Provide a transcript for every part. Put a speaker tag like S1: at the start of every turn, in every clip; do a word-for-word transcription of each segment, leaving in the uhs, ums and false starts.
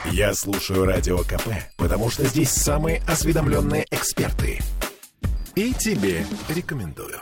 S1: Я слушаю Радио КП, потому что здесь самые осведомленные эксперты. И тебе рекомендую.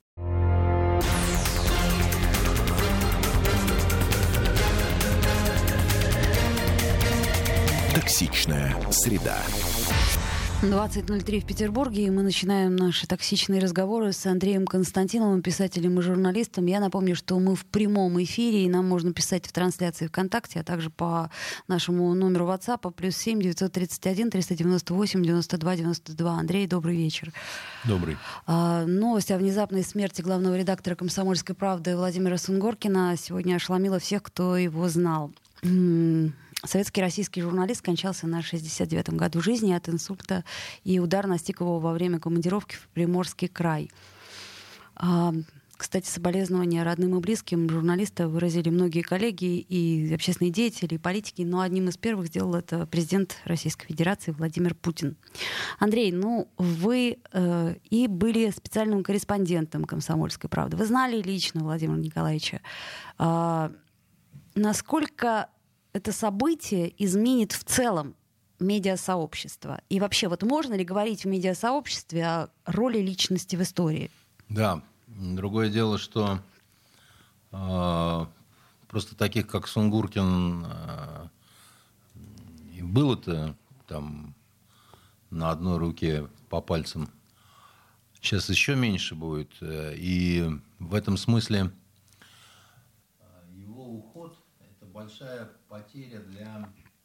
S1: Токсичная среда.
S2: двадцать ноль три в Петербурге, и мы начинаем наши токсичные разговоры с Андреем Константиновым, писателем и журналистом. Я напомню, что мы в прямом эфире, и нам можно писать в трансляции ВКонтакте, а также по нашему номеру WhatsApp плюс семь девятьсот тридцать один триста девяносто восемь девяносто два девяносто два. Андрей, добрый вечер.
S3: Добрый.
S2: А, новость о внезапной смерти главного редактора «Комсомольской правды» Владимира Сунгоркина сегодня ошеломила всех, кто его знал. Советский российский журналист скончался на шестьдесят девятом году жизни от инсульта, и удар настиг его во время командировки в Приморский край. А, кстати, соболезнования родным и близким журналиста выразили многие коллеги и общественные деятели, и политики, но одним из первых сделал это президент Российской Федерации Владимир Путин. Андрей, ну вы э, и были специальным корреспондентом «Комсомольской правды». Вы знали лично Владимира Николаевича. А, насколько это событие изменит в целом медиасообщество? И вообще, вот можно ли говорить в медиасообществе о роли личности в истории?
S3: Да. Другое дело, что э, просто таких, как Сунгоркин, э, и было-то там на одной руке по пальцам. Сейчас еще меньше будет. И в этом смысле его уход – это большая потеря для,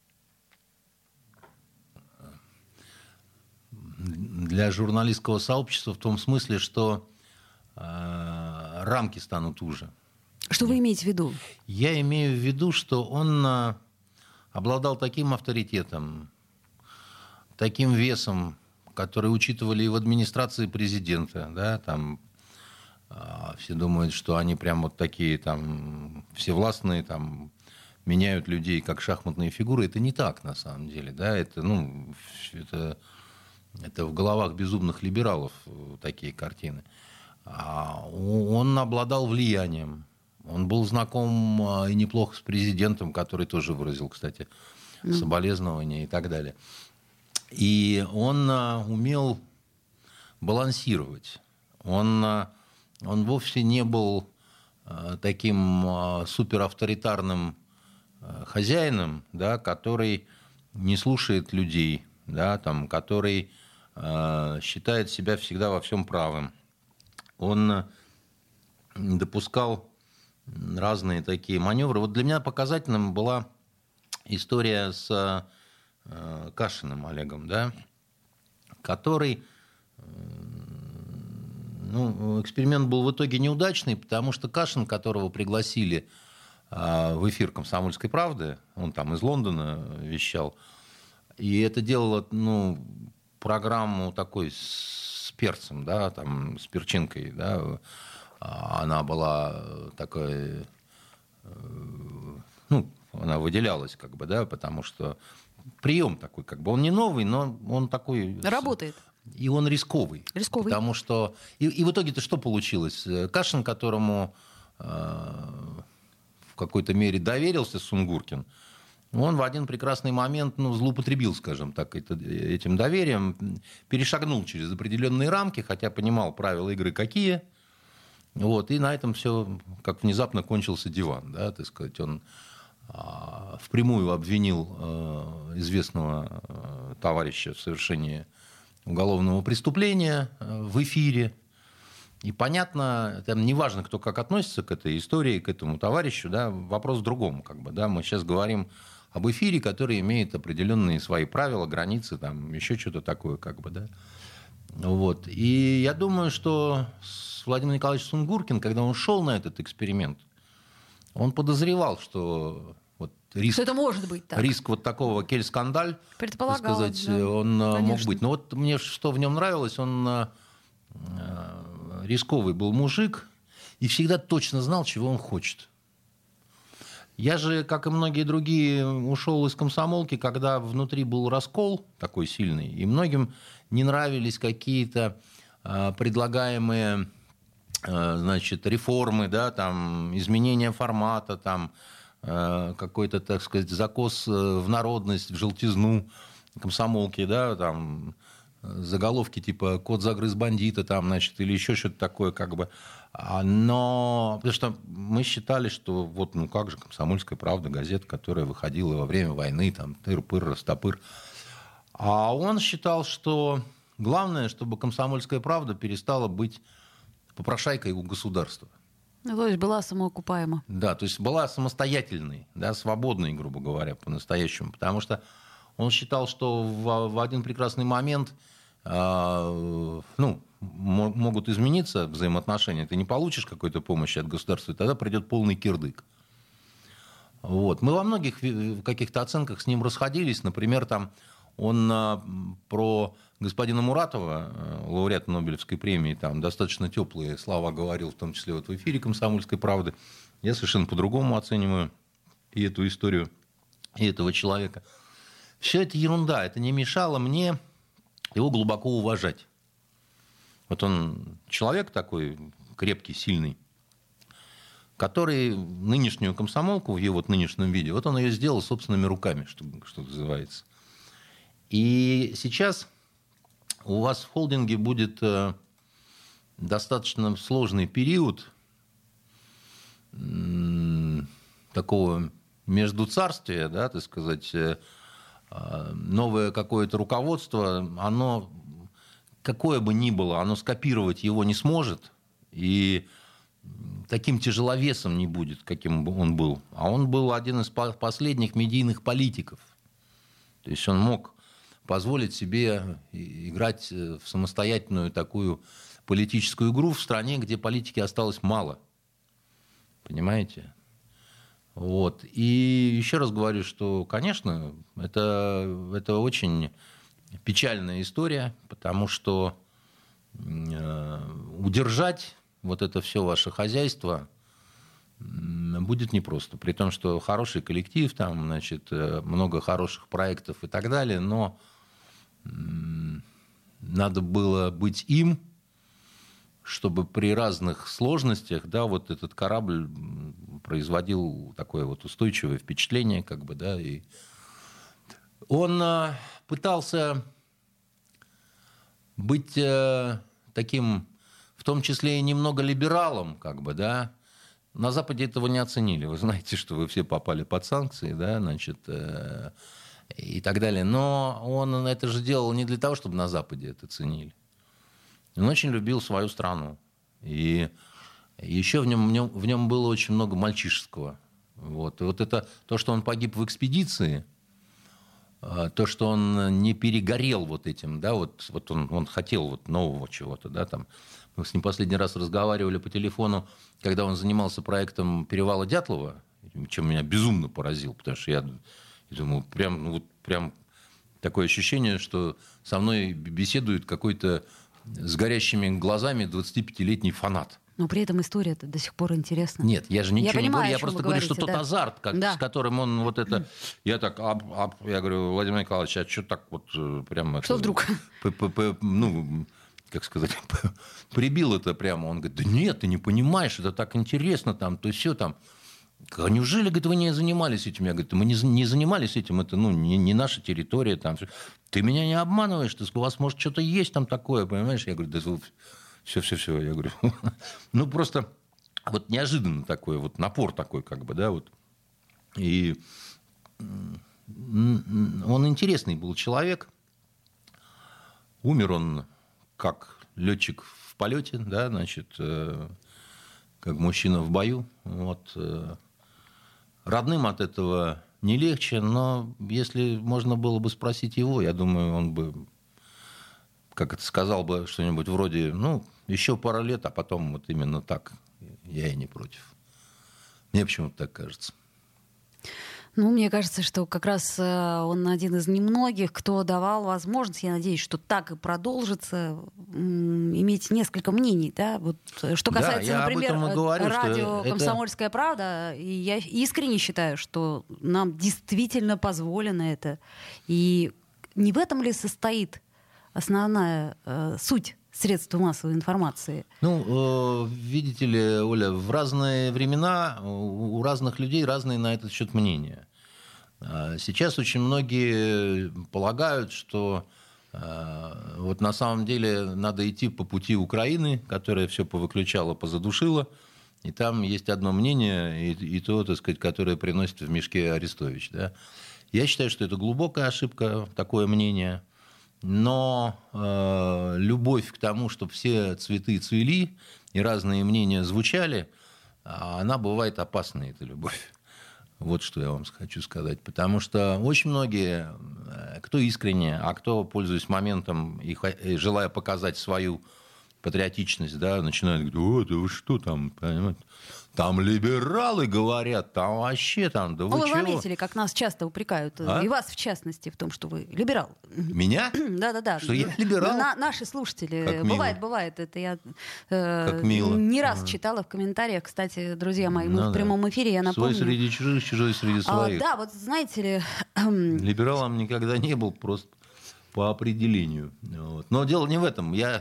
S3: для журналистского сообщества в том смысле, что э, рамки станут уже.
S2: Что вы имеете в виду?
S3: Я имею в виду, что он э, обладал таким авторитетом, таким весом, который учитывали и в администрации президента. Да, там, э, все думают, что они прям вот такие там всевластные, там, меняют людей как шахматные фигуры. Это не так, на самом деле. Да? Это, ну, это, это в головах безумных либералов такие картины. А он обладал влиянием. Он был знаком и неплохо с президентом, который тоже выразил, кстати, соболезнования и так далее. И он умел балансировать. Он, он вовсе не был таким суперавторитарным хозяином, да, который не слушает людей, да, там, который э, считает себя всегда во всем правым. Он допускал разные такие маневры. Вот для меня показательным была история с э, Кашиным Олегом, да, который... Э, ну, эксперимент был в итоге неудачный, потому что Кашин, которого пригласили в эфир «Комсомольской правды», он там из Лондона вещал, и это делало, ну, программу такой с перцем, да, там, с перчинкой, да, она была такой, ну, она выделялась, как бы, да, потому что прием такой, как бы, он не новый, но он такой...
S2: Работает.
S3: И он рисковый.
S2: Рисковый.
S3: Потому что... И, и в итоге-то что получилось? Кашин, которому... в какой-то мере доверился Сунгоркин, он в один прекрасный момент, ну, злоупотребил, скажем так, это, этим доверием, перешагнул через определенные рамки, хотя понимал правила игры какие. Вот, и на этом все как внезапно кончился диван. Да, так сказать, он а, впрямую обвинил а, известного а, товарища в совершении уголовного преступления а, в эфире. И понятно, там неважно, кто как относится к этой истории, к этому товарищу, да, вопрос в другом. Как бы, да. Мы сейчас говорим об эфире, который имеет определенные свои правила, границы, там, еще что-то такое. Как бы, да. Вот. И я думаю, что Владимир Николаевич Сунгоркин, когда он шел на этот эксперимент, он подозревал, что вот риск,
S2: что это может быть так.
S3: Риск вот такого кель-скандаль, так сказать, да, он конечно. Мог быть. Но вот мне что в нем нравилось, он... рисковый был мужик и всегда точно знал, чего он хочет. Я же, как и многие другие, ушел из комсомолки, когда внутри был раскол такой сильный, и многим не нравились какие-то э, предлагаемые э, значит, реформы, да, там, изменения формата, там, какой-то, так сказать, закос в народность, в желтизну комсомолки, да, там заголовки типа «Кот загрыз бандита», там, значит, или еще что-то такое, как бы. Но потому что мы считали, что вот, ну как же, «Комсомольская правда», газета, которая выходила во время войны, там, тыр-пыр, растопыр. А он считал, что главное, чтобы «Комсомольская правда» перестала быть попрошайкой у государства.
S2: Ну, то есть была самоокупаема. Да,
S3: то есть была самостоятельной, да, свободной, грубо говоря, по-настоящему. Потому что он считал, что в, в один прекрасный момент э, ну, м- могут измениться взаимоотношения. Ты не получишь какой-то помощи от государства, и тогда придет полный кирдык. Вот. Мы во многих каких-то оценках с ним расходились. Например, там он э, про господина Муратова, э, лауреата Нобелевской премии, там достаточно теплые слова говорил, в том числе вот в эфире «Комсомольской правды». Я совершенно по-другому оцениваю и эту историю, и этого человека. Все это ерунда. Это не мешало мне его глубоко уважать. Вот он человек такой крепкий, сильный, который нынешнюю комсомолку в ее вот нынешнем виде, вот он ее сделал собственными руками, что, что называется. И сейчас у вас в холдинге будет э, достаточно сложный период э, такого междуцарствия, да, так сказать, э, новое какое-то руководство, оно, какое бы ни было, оно скопировать его не сможет, и таким тяжеловесом не будет, каким он был. А он был один из последних медийных политиков. То есть он мог позволить себе играть в самостоятельную такую политическую игру в стране, где политики осталось мало. Понимаете? Вот. И еще раз говорю, что, конечно, это, это очень печальная история, потому что э, удержать вот это все ваше хозяйство будет непросто. При том, что хороший коллектив, там, значит, много хороших проектов и так далее, но надо было быть им, чтобы при разных сложностях, да, вот этот корабль производил такое вот устойчивое впечатление, как бы, да, и он пытался быть таким, в том числе и немного либералом, как бы, да. На Западе этого не оценили. Вы знаете, что вы все попали под санкции, да, значит, э, и так далее. Но он это же делал не для того, чтобы на Западе это ценили. Он очень любил свою страну. И еще в нем, в нем, в нем было очень много мальчишеского. Вот. И вот это то, что он погиб в экспедиции, то, что он не перегорел вот этим, да, вот, вот он, он хотел вот нового чего-то, да, там. Мы с ним последний раз разговаривали по телефону, когда он занимался проектом «Перевала Дятлова», чем меня безумно поразил, потому что я, я думал, прям, ну, вот, прям такое ощущение, что со мной беседует какой-то с горящими глазами двадцатипятилетний фанат.
S2: Но при этом история-то до сих пор интересна.
S3: Нет, я же ничего я
S2: понимаю,
S3: не говорю, я просто говорю,
S2: говорите,
S3: что тот
S2: да.
S3: азарт, как, да. с которым он вот это... Я так, ап, ап, я говорю, Владимир Николаевич, а что так вот прямо...
S2: Что
S3: это,
S2: вдруг?
S3: Ну, как сказать, прибил это прямо. Он говорит, да нет, ты не понимаешь, это так интересно там, то все там. А неужели, говорит, вы не занимались этим? Я говорю, мы не, не занимались этим, это ну, не, не наша территория. Там. Ты меня не обманываешь, ты, у вас может что-то есть там такое, понимаешь? Я говорю, да все-все-все. Я говорю, ну просто вот неожиданно такой, вот напор такой, как бы, да, вот. И он интересный был человек. Умер он как летчик в полете, да, значит, как мужчина в бою. Вот. Родным от этого не легче, но если можно было бы спросить его, я думаю, он бы, как это сказал бы, что-нибудь вроде, ну, еще пара лет, а потом вот именно так. Я и не против. Мне почему-то так кажется.
S2: Ну, мне кажется, что как раз он один из немногих, кто давал возможность, я надеюсь, что так и продолжится, иметь несколько мнений, да, вот что касается, да, например, говорю, радио «Комсомольская это... правда», и я искренне считаю, что нам действительно позволено это, и не в этом ли состоит основная э, суть средства массовой информации?
S3: Ну, э, видите ли, Оля, в разные времена у разных людей разные на этот счет мнения. Сейчас очень многие полагают, что э, вот на самом деле надо идти по пути Украины, которая все повыключала, позадушила. И там есть одно мнение, и, и то, так сказать, которое приносит в мешке Арестович. Да? Я считаю, что это глубокая ошибка, такое мнение. Но э, любовь к тому, чтобы все цветы цвели и разные мнения звучали, она бывает опасной, эта любовь. Вот что я вам хочу сказать. Потому что очень многие, кто искренне, а кто, пользуясь моментом и желая показать свою патриотичность, да, начинают говорить: о, да вы что там, понимаете? Там либералы говорят, там вообще там, да вы
S2: ну, вы
S3: чего?
S2: заметили, как нас часто упрекают,
S3: А?
S2: и вас в частности, в том, что вы либерал.
S3: Меня?
S2: Да-да-да.
S3: Что я либерал?
S2: На, наши слушатели.
S3: Как
S2: бывает,
S3: мило.
S2: бывает. Это я э,
S3: Как мило.
S2: не раз
S3: Ага.
S2: читала в комментариях. Кстати, друзья мои, мы
S3: Ну
S2: в
S3: да.
S2: прямом эфире, я напомню.
S3: Свой среди чужих, чужой среди
S2: А,
S3: своих.
S2: да, вот знаете ли...
S3: Либералом никогда не был, просто по определению. Вот. Но дело не в этом. Я...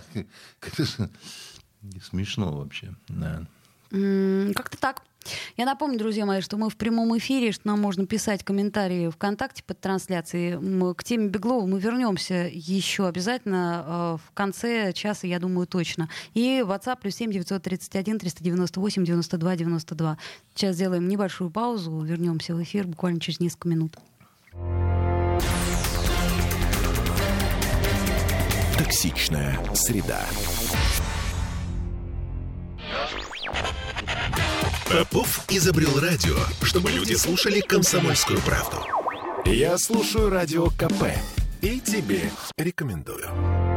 S3: Смешно вообще. Да.
S2: Как-то так. Я напомню, друзья мои, что мы в прямом эфире, что нам можно писать комментарии ВКонтакте под трансляцией. Мы, к теме Беглова мы вернемся еще обязательно э, в конце часа, я думаю, точно. И WhatsApp плюс семь девятьсот тридцать один триста девяносто восемь девяносто два девяносто два. Сейчас сделаем небольшую паузу, вернемся в эфир буквально через несколько минут.
S1: Токсичная среда. Попов изобрел радио, чтобы люди слушали «Комсомольскую правду». Я слушаю радио КП и тебе рекомендую.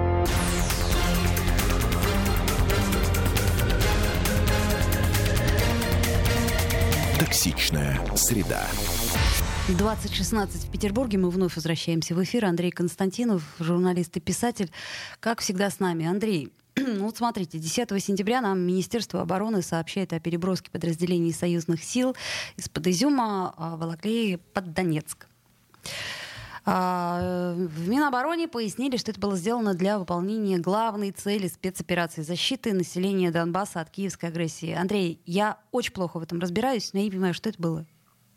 S1: Токсичная среда.
S2: двадцать шестнадцать в Петербурге. Мы вновь возвращаемся в эфир. Андрей Константинов, журналист и писатель, как всегда с нами. Андрей, ну вот смотрите, десятого сентября нам Министерство обороны сообщает о переброске подразделений союзных сил из-под Изюма в Балаклеи под Донецк. В Минобороне пояснили, что это было сделано для выполнения главной цели спецоперации — защиты населения Донбасса от киевской агрессии. Андрей, я очень плохо в этом разбираюсь, но я не понимаю, что это было.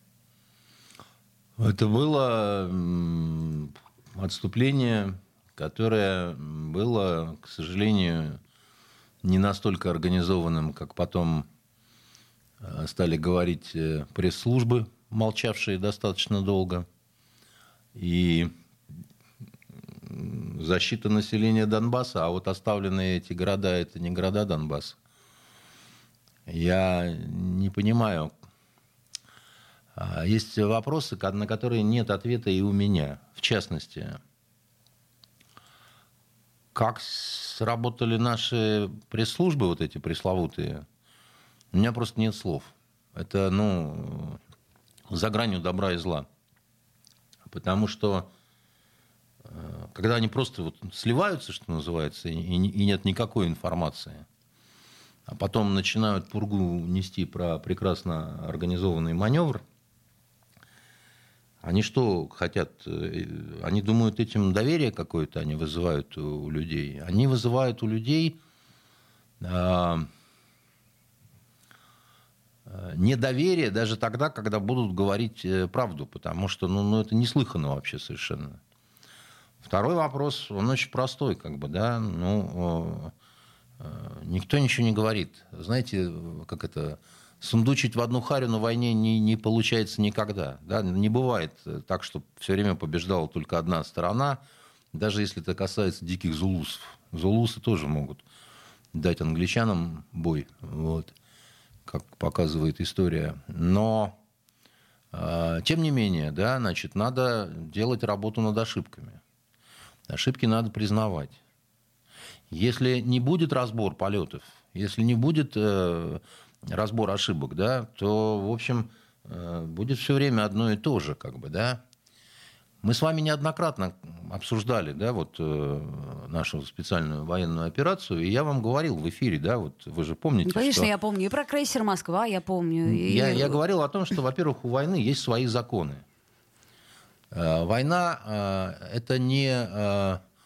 S3: Это было отступление, которое было, к сожалению, не настолько организованным, как потом стали говорить пресс-службы, молчавшие достаточно долго. И защита населения Донбасса, а вот оставленные эти города, это не города Донбасса. Я не понимаю. Есть вопросы, на которые нет ответа и у меня. В частности, как сработали наши пресс-службы, вот эти пресловутые, у меня просто нет слов. Это, ну, за гранью добра и зла. Потому что, когда они просто вот сливаются, что называется, и нет никакой информации, а потом начинают пургу нести про прекрасно организованный маневр, они что хотят? Они думают, этим доверие какое-то они вызывают у людей. Они вызывают у людей недоверие даже тогда, когда будут говорить правду, потому что ну, ну, это неслыханно вообще совершенно. Второй вопрос, он очень простой, как бы, да, ну, никто ничего не говорит. Знаете, как это, сундучить в одну харю на войне не, не получается никогда, да, не бывает так, что все время побеждала только одна сторона, даже если это касается диких зулусов. Зулусы тоже могут дать англичанам бой, вот, как показывает история. Но, э, тем не менее, да, значит, надо делать работу над ошибками. Ошибки надо признавать. Если не будет разбор полетов, если не будет э, разбор ошибок, да, то, в общем, э, будет все время одно и то же, как бы, да. Мы с вами неоднократно обсуждали, да, вот, э, нашу специальную военную операцию, и я вам говорил в эфире, да, вот вы же помните,
S2: ну, конечно,
S3: что...
S2: я помню. И про крейсер «Москва» я помню. И...
S3: Я, я говорил о том, что, во-первых, у войны есть свои законы. Э, война э, – это не э,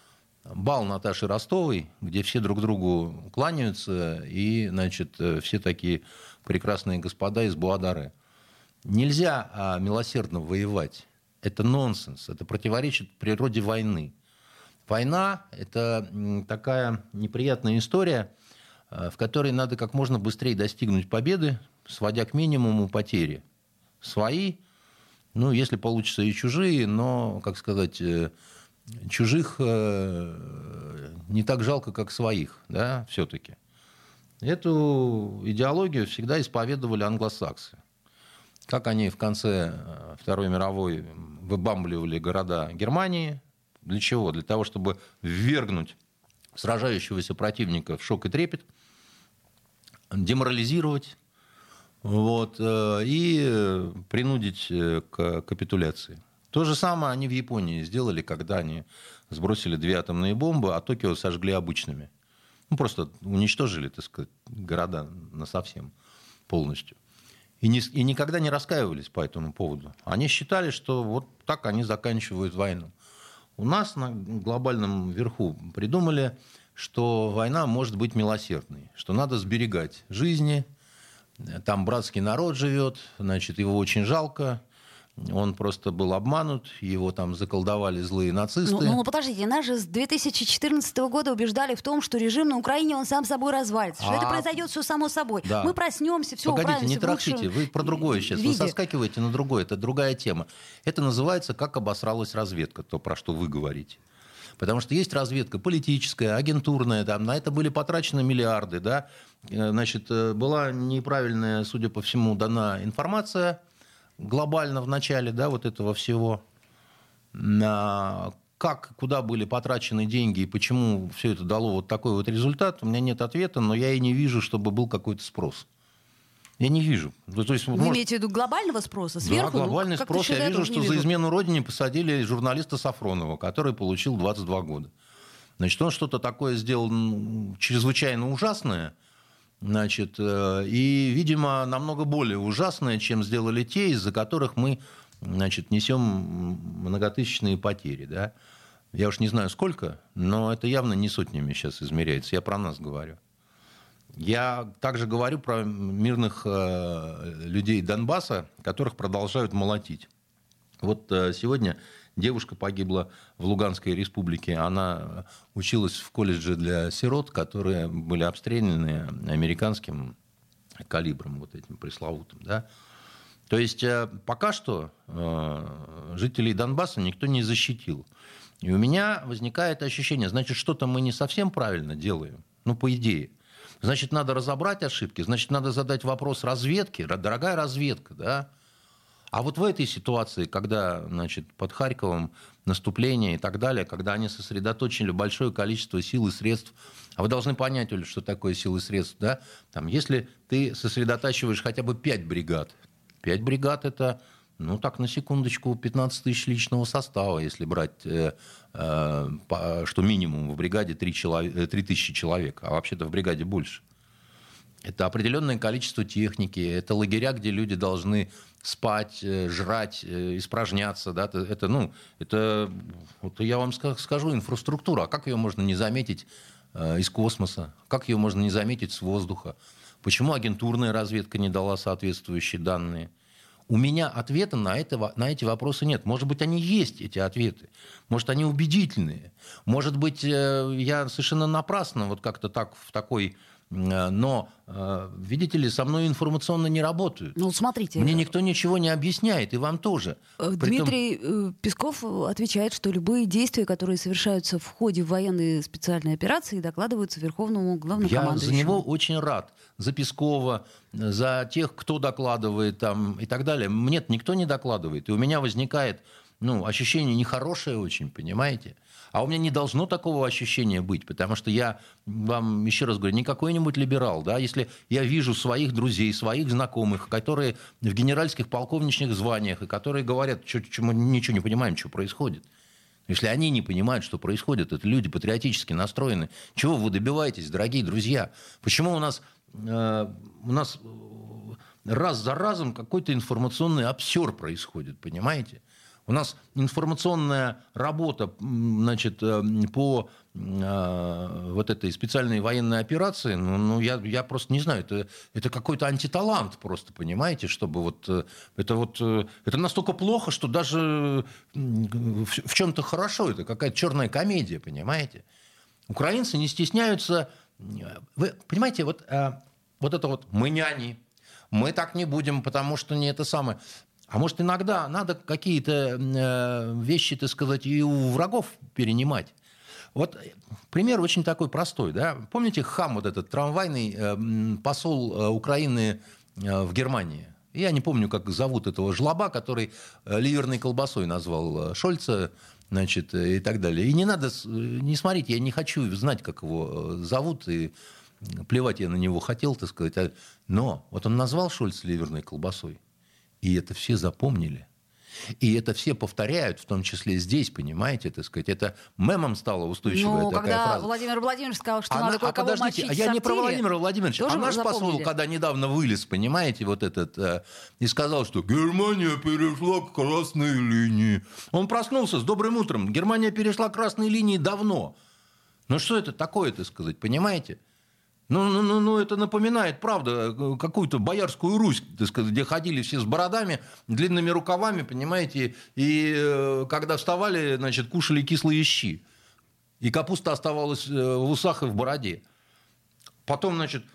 S3: бал Наташи Ростовой, где все друг другу кланяются, и, значит, все такие прекрасные господа из Буа-Даре. Нельзя а, милосердно воевать. Это нонсенс, это противоречит природе войны. Война – это такая неприятная история, в которой надо как можно быстрее достигнуть победы, сводя к минимуму потери. Свои, ну, если получится, и чужие, но, как сказать, чужих не так жалко, как своих, да, все-таки. Эту идеологию всегда исповедовали англосаксы. Как они в конце Второй мировой выбамбливали города Германии. Для чего? Для того, чтобы ввергнуть сражающегося противника в шок и трепет, деморализировать, вот, и принудить к капитуляции. То же самое они в Японии сделали, когда они сбросили две атомные бомбы, а Токио сожгли обычными. Ну, просто уничтожили, так сказать, города насовсем полностью. И, не, и никогда не раскаивались по этому поводу. Они считали, что вот так они заканчивают войну. У нас на глобальном верху придумали, что война может быть милосердной, что надо сберегать жизни, там братский народ живет, значит, его очень жалко. Он просто был обманут, его там заколдовали злые нацисты.
S2: Ну, ну подождите, нас же с две тысячи четырнадцатого года убеждали в том, что режим на Украине, он сам собой развалится, что а... это произойдет все само собой. Да. Мы проснемся, все управимся.
S3: Погодите, не трахтите, вы про другое сейчас. Виде. Вы соскакиваете на другое, это другая тема. Это называется «Как обосралась разведка», то, про что вы говорите. Потому что есть разведка политическая, агентурная, там, на это были потрачены миллиарды. Да? Значит, была неправильная, судя по всему, дана информация глобально в начале, да, вот этого всего. Как, куда были потрачены деньги и почему все это дало вот такой вот результат, у меня нет ответа, но я и не вижу, чтобы был какой-то спрос. Я не вижу. То есть,
S2: Вы может... имеете в виду глобального спроса? Сверху?
S3: Да, глобальный
S2: ну,
S3: спрос. Я вижу, что за измену Родине посадили журналиста Сафронова, который получил двадцать два года. Значит, он что-то такое сделал чрезвычайно ужасное, значит, и, видимо, намного более ужасное, чем сделали те, из-за которых мы, значит, несем многотысячные потери. Да? Я уж не знаю сколько, но это явно не сотнями сейчас измеряется. Я про нас говорю. Я также говорю про мирных э, людей Донбасса, которых продолжают молотить. Вот э, сегодня девушка погибла в Луганской республике. Она училась в колледже для сирот, которые были обстреляны американским калибром, вот этим пресловутым. Да? То есть э, пока что э, жителей Донбасса никто не защитил. И у меня возникает ощущение, значит, что-то мы не совсем правильно делаем, ну, по идее. Значит, надо разобрать ошибки, значит, надо задать вопрос разведке, дорогая разведка, да? А вот в этой ситуации, когда, значит, под Харьковом наступление и так далее, когда они сосредоточили большое количество сил и средств, а вы должны понять, Оля, что такое силы и средств, да? Там, если ты сосредотачиваешь хотя бы пять бригад, пять бригад – это, ну, так, на секундочку, пятнадцать тысяч личного состава, если брать, э, э, по, что минимум в бригаде три тысячи человек, а вообще-то в бригаде больше. Это определенное количество техники, это лагеря, где люди должны спать, жрать, испражняться. Да? Это, ну, это, вот я вам скажу, инфраструктура. А как ее можно не заметить из космоса? Как ее можно не заметить с воздуха? Почему агентурная разведка не дала соответствующие данные? У меня ответа на, это, на эти вопросы нет. Может быть, они есть, эти ответы. Может, они убедительные. Может быть, я совершенно напрасно вот как-то так в такой... Но, видите ли, со мной информационно не работают.
S2: Ну, смотрите.
S3: Мне никто ничего не объясняет, и вам тоже.
S2: Дмитрий Притом... Песков отвечает, что любые действия, которые совершаются в ходе военной специальной операции, докладываются Верховному главнокомандующему.
S3: Я за него очень рад. За Пескова, за тех, кто докладывает там, и так далее. Мне никто не докладывает. И у меня возникает, ну, ощущение нехорошее очень, понимаете? А у меня не должно такого ощущения быть, потому что я вам еще раз говорю, не какой-нибудь либерал. Да? Если я вижу своих друзей, своих знакомых, которые в генеральских полковничных званиях, и которые говорят, что, что мы ничего не понимаем, что происходит. Если они не понимают, что происходит, это люди патриотически настроены. Чего вы добиваетесь, дорогие друзья? Почему у нас, э, у нас раз за разом какой-то информационный обсер происходит, понимаете? У нас информационная работа, значит, по э, вот этой специальной военной операции, ну, ну я, я просто не знаю, это, это какой-то антиталант просто, понимаете, чтобы вот это вот это настолько плохо, что даже в, в чем-то хорошо, это какая-то черная комедия, понимаете? Украинцы не стесняются, вы понимаете, вот, вот это вот мы няни, мы так не будем, потому что не это самое. А может, иногда надо какие-то э, вещи, так сказать, и у врагов перенимать. Вот пример очень такой простой. Да? Помните Хам, вот этот трамвайный э, посол э, Украины э, в Германии? Я не помню, как зовут этого жлоба, который э, ливерной колбасой назвал э, Шольца, значит, и так далее. И не надо, не смотрите, я не хочу знать, как его зовут, и плевать я на него хотел, так сказать. Но вот он назвал Шольца ливерной колбасой. И это все запомнили. И это все повторяют, в том числе здесь, понимаете, так сказать. Это мемом стала устойчивая
S2: ну,
S3: такая
S2: когда
S3: фраза.
S2: Владимир Владимирович сказал, что
S3: Она,
S2: надо
S3: а
S2: кое-кого
S3: подождите,
S2: мочить
S3: а я
S2: в
S3: не про
S2: сортире,
S3: Владимира Владимировича. А наш
S2: запомнили.
S3: посол, когда недавно вылез, понимаете, вот этот, э, и сказал, что Германия перешла к красной линии. Он проснулся с добрым утром. Германия перешла к красной линии давно. Ну что это такое, так сказать, понимаете? Ну, ну, ну, ну, это напоминает, правда, какую-то Боярскую Русь, так сказать, где ходили все с бородами, длинными рукавами, понимаете, и э, когда вставали, значит, кушали кислые щи. И капуста оставалась в усах и в бороде. Потом, значит,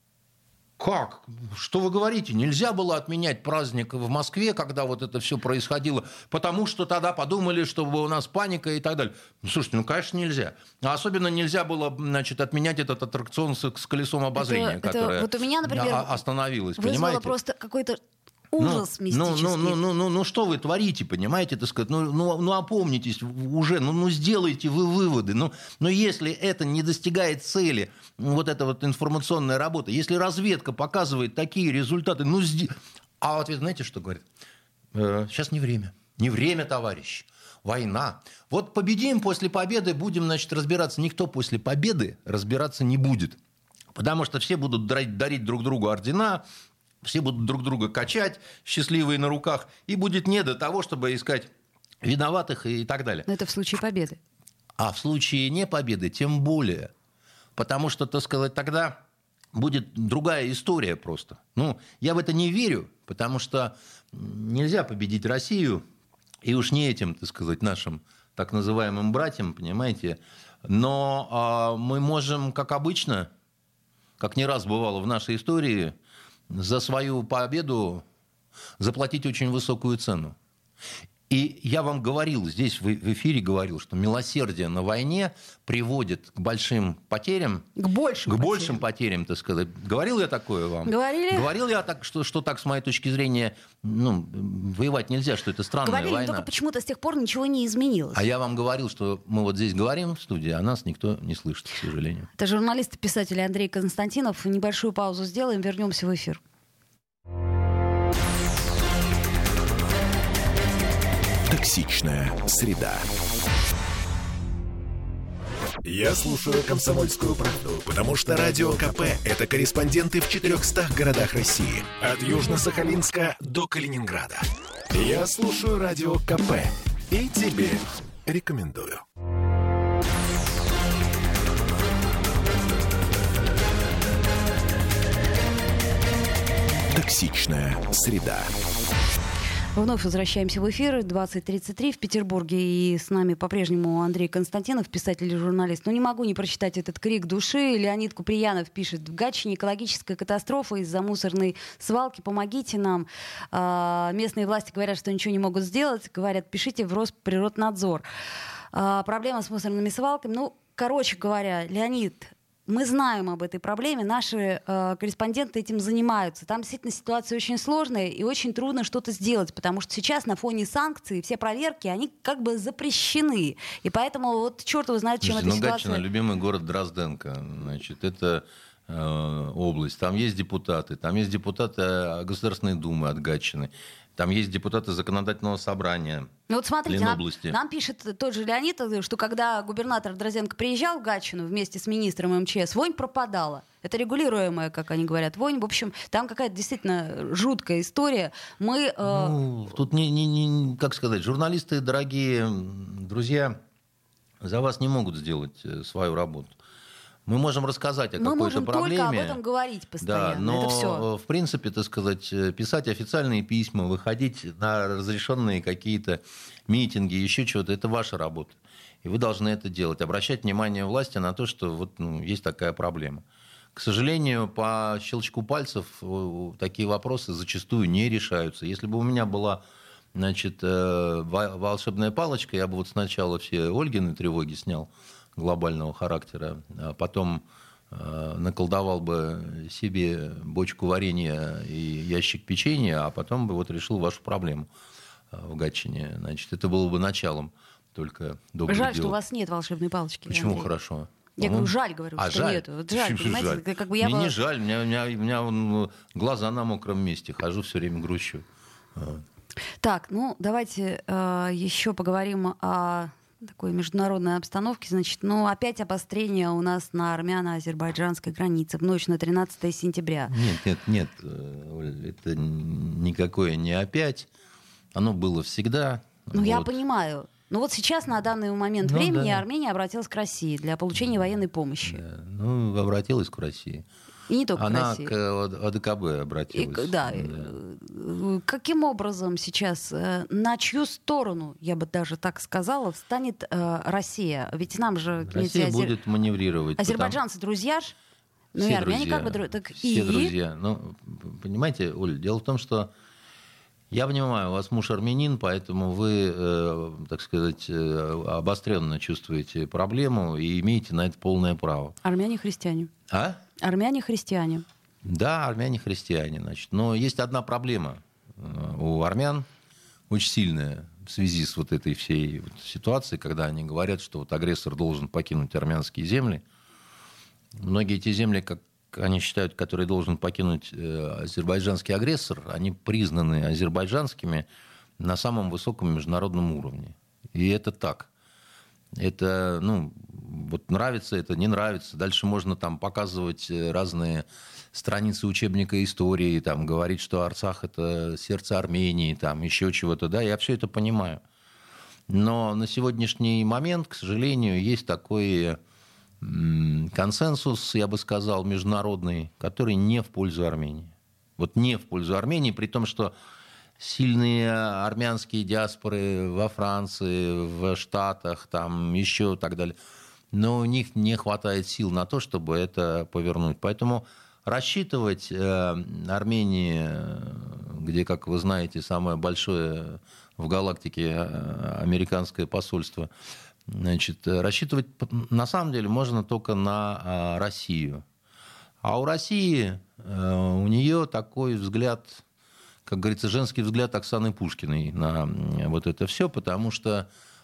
S3: как? Что вы говорите? Нельзя было отменять праздник в Москве, когда вот это все происходило, потому что тогда подумали, что у нас паника и так далее. Ну, слушайте, ну, конечно, нельзя. А особенно нельзя было, значит, отменять этот аттракцион с, с колесом обозрения, это, которое это, вот у меня, например, остановилось, понимаете?
S2: Просто какой-то ужас ну, мистический.
S3: Ну, ну, ну, ну, ну, что вы творите, понимаете, так сказать? Ну, ну, ну опомнитесь уже, ну, ну, сделайте вы выводы. Ну, но если это не достигает цели, вот эта вот информационная работа, если разведка показывает такие результаты, ну, сди... а в ответ, знаете, что говорят? Э, сейчас не время. Не время, товарищ. Война. Вот победим, после победы будем, значит, разбираться. Никто после победы разбираться не будет. Потому что все будут дарить, дарить друг другу ордена, все будут друг друга качать, счастливые на руках, и будет не до того, чтобы искать виноватых и так далее.
S2: Но это в случае победы.
S3: А в случае не победы тем более. Потому что, так сказать, тогда будет другая история просто. Ну, я в это не верю, потому что нельзя победить Россию, и уж не этим, так сказать, нашим так называемым братьям, понимаете. Но а, мы можем, как обычно, как не раз бывало в нашей истории, за свою победу заплатить очень высокую цену. И я вам говорил, здесь в эфире говорил, что милосердие на войне приводит к большим потерям.
S2: К большим
S3: К
S2: потерям.
S3: большим потерям, так сказать. Говорил я такое вам?
S2: Говорили.
S3: Говорил я так, что, что так, с моей точки зрения, ну, воевать нельзя, что это странная
S2: Говорили,
S3: война.
S2: только почему-то с тех пор ничего не изменилось.
S3: А я вам говорил, что мы вот здесь говорим в студии, а нас никто не слышит, к сожалению.
S2: Это журналист и писатель Андрей Константинов. Небольшую паузу сделаем, вернемся в эфир.
S1: Токсичная среда. Я слушаю «Комсомольскую правду», потому что Радио КП – это корреспонденты в четырехстах городах России. От Южно-Сахалинска до Калининграда. Я слушаю Радио КП и тебе рекомендую. Токсичная среда.
S2: Вновь возвращаемся в эфир. двадцать тридцать три в Петербурге. И с нами по-прежнему Андрей Константинов, писатель и журналист. Но не могу не прочитать этот крик души. Леонид Куприянов пишет: в Гатчине экологическая катастрофа из-за мусорной свалки. Помогите нам. А, местные власти говорят, что ничего не могут сделать. Говорят, пишите в Росприроднадзор. А, проблема с мусорными свалками. Ну, короче говоря, Леонид... Мы знаем об этой проблеме, наши э, корреспонденты этим занимаются. Там действительно ситуация очень сложная и очень трудно что-то сделать, потому что сейчас на фоне санкций все проверки, они как бы запрещены. И поэтому вот черт его знает, чем
S3: Слушайте,
S2: эта
S3: ну,
S2: ситуация...
S3: Гатчина, любимый город Дрозденко. Значит, это э, область. Там есть депутаты. Там есть депутаты Государственной Думы от Гатчины. Там есть депутаты законодательного собрания.
S2: Ну вот смотрите, нам,
S3: Ленобласти.
S2: нам пишет тот же Леонид, что когда губернатор Дрозенко приезжал в Гатчину вместе с министром МЧС, вонь пропадала. Это регулируемая, как они говорят, вонь. В общем, там какая-то действительно жуткая история. Мы... Э...
S3: Ну, тут, не, не, не, как сказать, журналисты, дорогие друзья, за вас не могут сделать свою работу. Мы можем рассказать о
S2: Мы
S3: какой-то проблеме.
S2: Мы можем только об этом говорить постоянно.
S3: Да, но,
S2: это все.
S3: в принципе, так сказать, писать официальные письма, выходить на разрешенные какие-то митинги, еще чего-то, это ваша работа. И вы должны это делать. Обращать внимание власти на то, что вот, ну, есть такая проблема. К сожалению, по щелчку пальцев такие вопросы зачастую не решаются. Если бы у меня была, значит, волшебная палочка, я бы вот сначала все Ольгины тревоги снял, глобального характера, а потом э, наколдовал бы себе бочку варенья и ящик печенья, а потом бы вот решил вашу проблему э, в Гатчине. Значит, это было бы началом только добрых
S2: Жаль,
S3: дел.
S2: что у вас нет волшебной палочки.
S3: Почему
S2: Андрей?
S3: Хорошо?
S2: Я
S3: Ну,
S2: говорю, жаль, говорю,
S3: а
S2: что
S3: жаль?
S2: нет. Вот жаль,
S3: Почему
S2: понимаете,
S3: жаль?
S2: как бы я
S3: Мне
S2: была...
S3: не жаль, у меня, у меня, у меня вон, глаза на мокром месте, хожу все время грущу.
S2: Так, ну давайте э, еще поговорим о такой международной обстановке. Значит, ну опять обострение у нас на армяно-азербайджанской границе в ночь на тринадцатое сентября.
S3: Нет, нет, нет, Оль, это никакое не опять. Оно было всегда.
S2: Ну
S3: вот.
S2: Я понимаю. Но вот сейчас, на данный момент
S3: ну,
S2: времени,
S3: да.
S2: Армения обратилась к России для получения военной помощи.
S3: Да. Ну, обратилась к России.
S2: И не только
S3: Она
S2: к России.
S3: к ОДКБ обратилась.
S2: И, да. да. Каким образом сейчас, на чью сторону, я бы даже так сказала, встанет э, Россия? Ведь нам же...
S3: Россия
S2: Азер...
S3: будет маневрировать.
S2: Азербайджанцы потому... друзья ж? Ну
S3: все
S2: и армяне
S3: друзья,
S2: как бы... Так
S3: все
S2: и...
S3: друзья. Ну, понимаете, Оль, дело в том, что я понимаю, у вас муж армянин, поэтому вы, э, так сказать, э, обостренно чувствуете проблему и имеете на это полное право.
S2: Армяне-христиане.
S3: А?
S2: Армяне-христиане.
S3: Да, армяне-христиане, значит. Но есть одна проблема у армян, очень сильная, в связи с вот этой всей вот ситуацией, когда они говорят, что вот агрессор должен покинуть армянские земли. Многие эти земли, как они считают, которые должен покинуть азербайджанский агрессор, они признаны азербайджанскими на самом высоком международном уровне. И это так. Это, ну, вот нравится это, не нравится. Дальше можно там показывать разные страницы учебника истории, там, говорить, что Арцах — это сердце Армении, там, еще чего-то. Да, я все это понимаю. Но на сегодняшний момент, к сожалению, есть такой консенсус, я бы сказал, международный, который не в пользу Армении. Вот не в пользу Армении, при том, что сильные армянские диаспоры во Франции, в Штатах, там еще и так далее. Но у них не хватает сил на то, чтобы это повернуть. Поэтому рассчитывать э, Армении, где, как вы знаете, самое большое в галактике американское посольство, значит, рассчитывать на самом деле можно только на Россию. А у России, у нее такой взгляд, как говорится, женский взгляд Оксаны Пушкиной на вот это все, потому что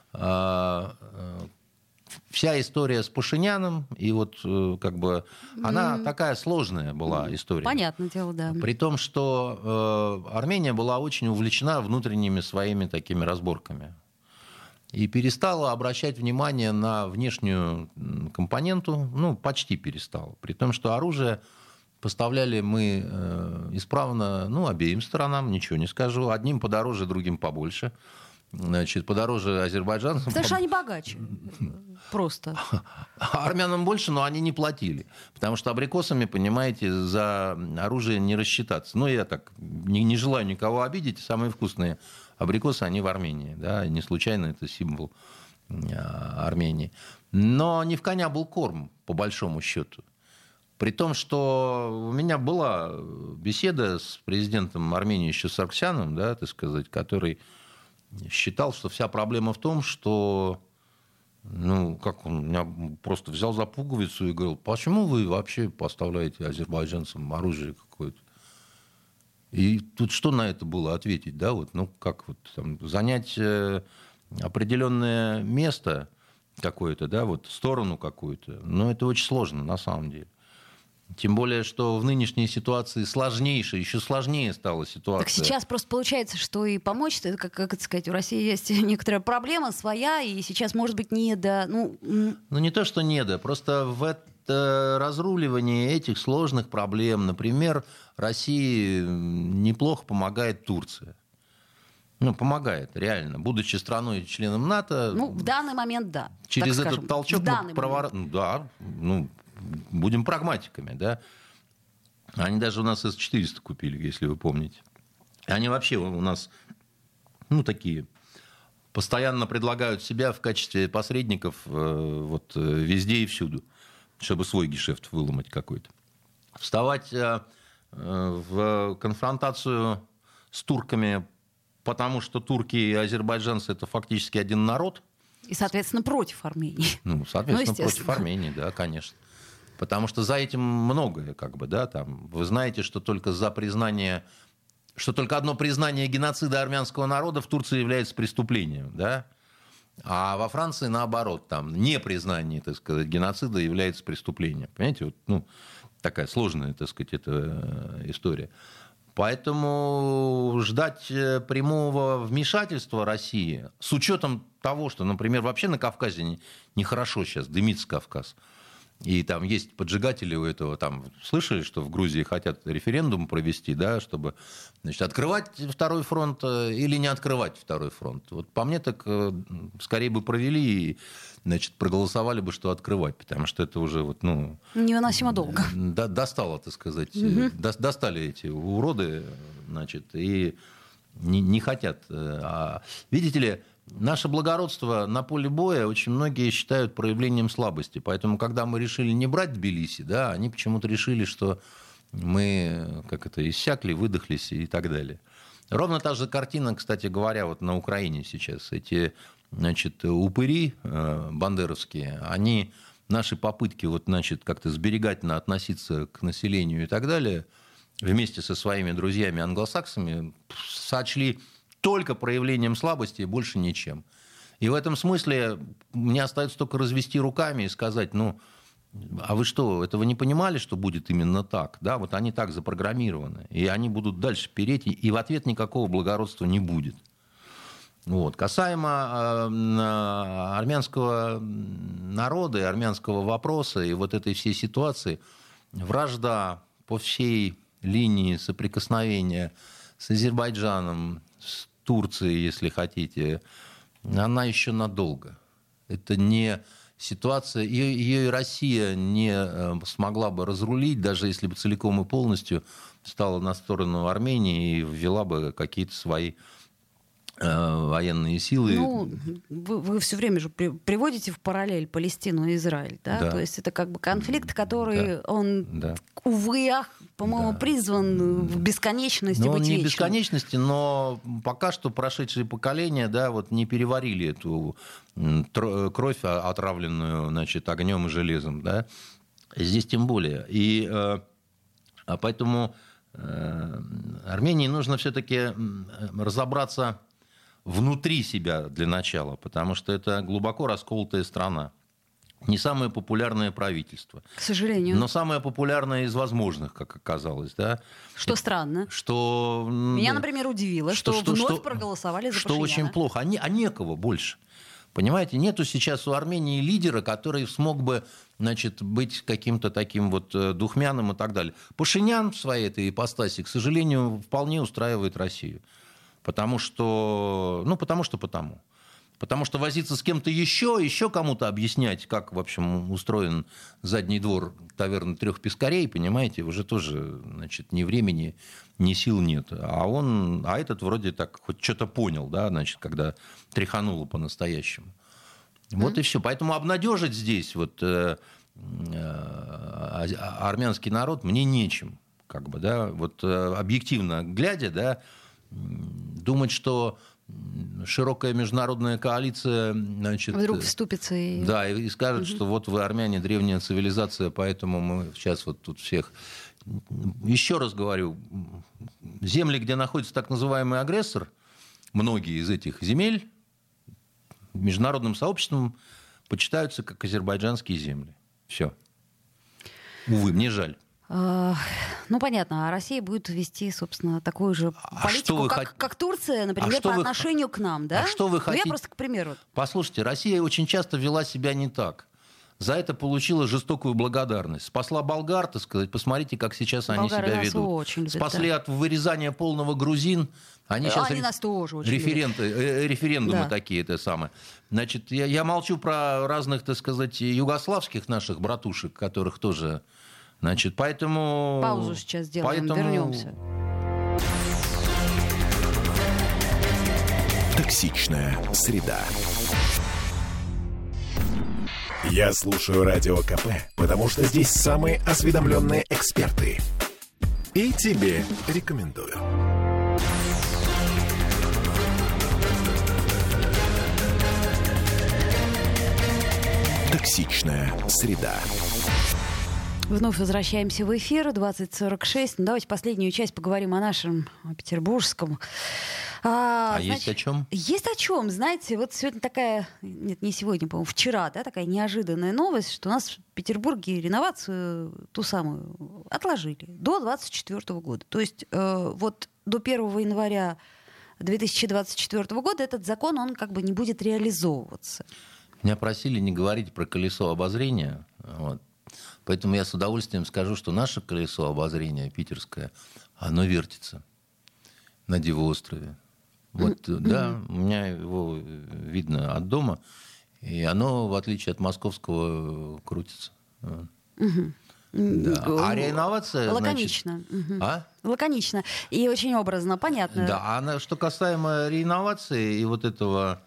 S3: вся история с Пашиняном, и вот как бы она mm. такая сложная была история.
S2: Понятное дело, да.
S3: При том, что э, Армения была очень увлечена внутренними своими такими разборками. И перестала обращать внимание на внешнюю компоненту, ну, почти перестала. При том, что оружие поставляли мы э, исправно, ну, обеим сторонам, ничего не скажу. Одним подороже, другим побольше. Значит, подороже азербайджанцам.
S2: Потому что они богаче. Просто.
S3: Армянам больше, но они не платили. Потому что абрикосами, понимаете, за оружие не рассчитаться. Ну, я так не, не желаю никого обидеть. Самые вкусные абрикосы, они в Армении. Да? Не случайно это символ Армении. Но не в коня был корм, по большому счету. При том, что у меня была беседа с президентом Армении еще Сарксяном, да, так сказать, который считал, что вся проблема в том, что, ну, как он меня просто взял за пуговицу и говорил, почему вы вообще поставляете азербайджанцам оружие какое-то? И тут что на это было ответить, да, вот, ну, как вот там, занять определенное место какое-то, да, вот, сторону какую-то, но это очень сложно на самом деле. Тем более, что в нынешней ситуации сложнейшая, еще сложнее стала ситуация.
S2: Так сейчас просто получается, что и помочь, это, как, как это сказать, у России есть некоторая проблема своя, и сейчас, может быть, не до... Ну,
S3: ну не то, что не до, просто в это разруливание этих сложных проблем, например, России неплохо помогает Турция. Ну, помогает, реально. Будучи страной-членом НАТО...
S2: Ну, в данный момент, да.
S3: Через
S2: так
S3: этот
S2: скажем,
S3: толчок мы провор... ну, да, ну, будем прагматиками, да. Они даже у нас эс четыреста купили, если вы помните. Они вообще у нас, ну, такие, постоянно предлагают себя в качестве посредников э, вот, везде и всюду, чтобы свой гешефт выломать какой-то. Вставать э, в конфронтацию с турками, потому что турки и азербайджанцы – это фактически один народ.
S2: И, соответственно, против Армении.
S3: Ну, соответственно, ну, против Армении, да, конечно. Потому что за этим многое, как бы, да, там. Вы знаете, что только за признание, что только одно признание геноцида армянского народа в Турции является преступлением, да, а во Франции наоборот, там, непризнание, так сказать, геноцида является преступлением. Понимаете, вот, ну, такая сложная, так сказать, эта история. Поэтому ждать прямого вмешательства России, с учетом того, что, например, вообще на Кавказе нехорошо сейчас, дымится Кавказ. И там есть поджигатели у этого. Там слышали, что в Грузии хотят референдум провести, да, чтобы, значит, открывать второй фронт или не открывать второй фронт. Вот по мне так скорее бы провели и, значит, проголосовали бы, что открывать, потому что это уже вот, ну...
S2: невыносимо долго.
S3: Достало, так сказать.
S2: Угу.
S3: Достали эти уроды, значит, и не, не хотят. А, видите ли, наше благородство на поле боя очень многие считают проявлением слабости. Поэтому, когда мы решили не брать Тбилиси, да, они почему-то решили, что мы, как это, иссякли, выдохлись и так далее. Ровно та же картина, кстати говоря, вот на Украине сейчас. Эти, значит, упыри э, бандеровские, они наши попытки вот, значит, как-то сберегательно относиться к населению и так далее, вместе со своими друзьями-англосаксами сочли только проявлением слабости и больше ничем. И в этом смысле мне остается только развести руками и сказать, ну, а вы что, этого не понимали, что будет именно так? Да, вот они так запрограммированы, и они будут дальше переть, и в ответ никакого благородства не будет. Вот. Касаемо э, армянского народа и армянского вопроса, и вот этой всей ситуации, вражда по всей линии соприкосновения с Азербайджаном, с Турцией, если хотите, она еще надолго. Это не ситуация, ее, ее и Россия не смогла бы разрулить, даже если бы целиком и полностью стала на сторону Армении и ввела бы какие-то свои военные силы.
S2: Ну, вы, вы все время же при, приводите в параллель Палестину и Израиль, да?
S3: Да.
S2: То есть это как бы конфликт, который, да. он,
S3: да.
S2: увы, ах, по-моему, да. призван в бесконечности
S3: но
S2: быть
S3: он не
S2: вечным.
S3: в бесконечности, но пока что прошедшие поколения, да, вот не переварили эту кровь, отравленную, значит, огнем и железом, да. Здесь тем более. И а поэтому Армении нужно все-таки разобраться внутри себя для начала, потому что это глубоко расколотая страна. Не самое популярное правительство.
S2: К сожалению.
S3: Но самое популярное из возможных, как оказалось. Да?
S2: Что это, странно.
S3: Что,
S2: меня, например, удивило, что, что, что вновь что, проголосовали за
S3: что
S2: Пашиняна.
S3: Очень плохо. А, не, а некого больше. Понимаете, нету сейчас у Армении лидера, который смог бы, значит, быть каким-то таким вот духмяным и так далее. Пашинян в своей этой ипостаси, к сожалению, вполне устраивает Россию. Потому что, ну, потому что потому. Потому что возиться с кем-то еще, еще кому-то объяснять, как, в общем, устроен задний двор таверны трех пескарей, понимаете, уже тоже, значит, ни времени, ни сил нет. А он, а этот вроде так хоть что-то понял, да, значит, когда тряхануло по-настоящему. Вот mm-hmm. и все. Поэтому обнадежить здесь вот э, э, армянский народ мне нечем, как бы, да, вот э, объективно глядя, да, думать, что широкая международная коалиция, значит,
S2: вдруг вступится и...
S3: Да, и скажет, угу. что вот вы, армяне, древняя цивилизация, поэтому мы сейчас вот тут всех... Еще раз говорю, земли, где находится так называемый агрессор, многие из этих земель международным сообществом почитаются как азербайджанские земли. Все. Увы, мне жаль.
S2: Ну, понятно, а Россия будет вести, собственно, такую же
S3: А
S2: политику, как,
S3: хот...
S2: как Турция, например,
S3: а
S2: по
S3: вы...
S2: отношению к нам, да?
S3: А что вы хотите?
S2: Ну, я просто к примеру.
S3: Послушайте, Россия очень часто вела себя не так. За это получила жестокую благодарность. Спасла болгар, так сказать, посмотрите, как сейчас они
S2: Болгары
S3: себя
S2: нас
S3: ведут.
S2: очень любят,
S3: Спасли
S2: да.
S3: от вырезания полного грузин. Они, сейчас
S2: они
S3: ре...
S2: нас тоже очень
S3: референты, э, референдумы
S2: да.
S3: такие, это самое. Значит, я, я молчу про разных, так сказать, югославских наших братушек, которых тоже... Значит, поэтому...
S2: Паузу сейчас сделаем,
S3: поэтому...
S2: вернемся.
S1: Токсичная среда. Я слушаю Радио КП, потому что здесь самые осведомленные эксперты. И тебе рекомендую. Токсичная среда.
S2: Вновь возвращаемся в эфир. двадцать сорок шесть. Ну, давайте последнюю часть поговорим о нашем, о петербургском. А,
S3: а значит, есть о чем?
S2: Есть о чем. Знаете, вот сегодня такая, нет, не сегодня, по-моему, вчера, да, такая неожиданная новость, что у нас в Петербурге реновацию ту самую отложили до двадцать четвёртого года. То есть э, вот до первого января две тысячи двадцать четвёртого года этот закон, он как бы не будет реализовываться.
S3: Меня просили не говорить про колесо обозрения, вот. Поэтому я с удовольствием скажу, что наше колесо обозрения питерское, оно вертится на Дивоострове. Вот, mm-hmm. да, у меня его видно от дома, и оно, в отличие от московского, крутится.
S2: Mm-hmm.
S3: Да. А реновация...
S2: Лаконично.
S3: Значит...
S2: Угу.
S3: А?
S2: Лаконично. И очень образно, понятно.
S3: Да, а что касаемо реновации и вот этого...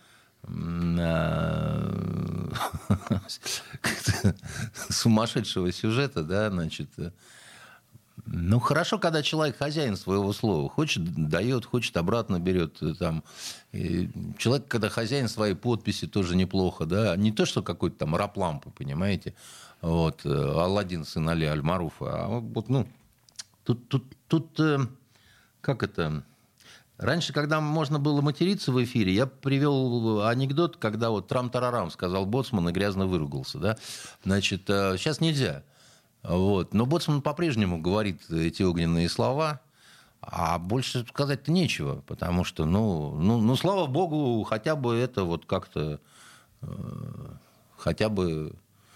S3: сумасшедшего сюжета, да, значит, ну, хорошо, когда человек хозяин своего слова. Хочет, дает, хочет, обратно берет. Там. И человек, когда хозяин своей подписи, тоже неплохо, да. Не то, что какой-то там рап-лампы, понимаете, вот, Аладдин, сын Али Аль-Маруфа, а вот, ну, тут, тут, тут, как это... Раньше, когда можно было материться в эфире, я привел анекдот, когда вот трам-тарарам сказал боцман и грязно выругался. Да? Значит, сейчас нельзя. Вот. Но боцман по-прежнему говорит эти огненные слова, а больше сказать-то нечего, потому что, ну, ну, ну слава богу, хотя бы это вот как-то, э, хотя бы...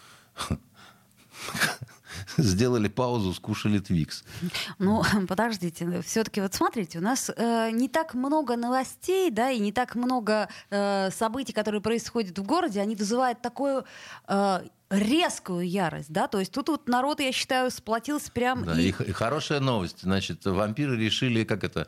S3: Сделали паузу, скушали Твикс.
S2: Ну, подождите, все-таки вот смотрите, у нас э, не так много новостей, да, и не так много э, событий, которые происходят в городе, они вызывают такую э, резкую ярость, да, то есть тут вот народ, я считаю, сплотился прям...
S3: Да,
S2: и...
S3: и, и хорошая новость, значит, вампиры решили, как это,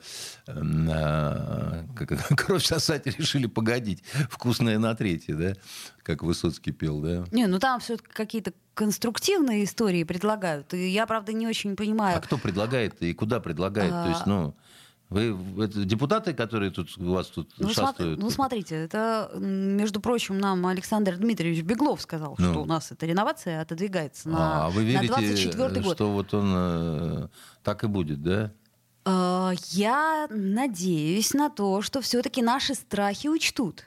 S3: э, как это кровь сосать решили погодить, вкусное на третье, да, как Высоцкий пел, да.
S2: Не, ну там все-таки какие-то конструктивные истории предлагают. И я, правда, не очень понимаю.
S3: А кто предлагает и куда предлагает? А... То есть, ну, вы это депутаты, которые тут у вас тут
S2: ну,
S3: шастают?
S2: Смотри, ну, смотрите, это, между прочим, нам Александр Дмитриевич Беглов сказал, ну. что у нас эта реновация отодвигается на,
S3: а, вы верите,
S2: на двадцать четвёртый год.
S3: Что вот он э, так и будет, да?
S2: Э, я надеюсь на то, что все-таки наши страхи учтут.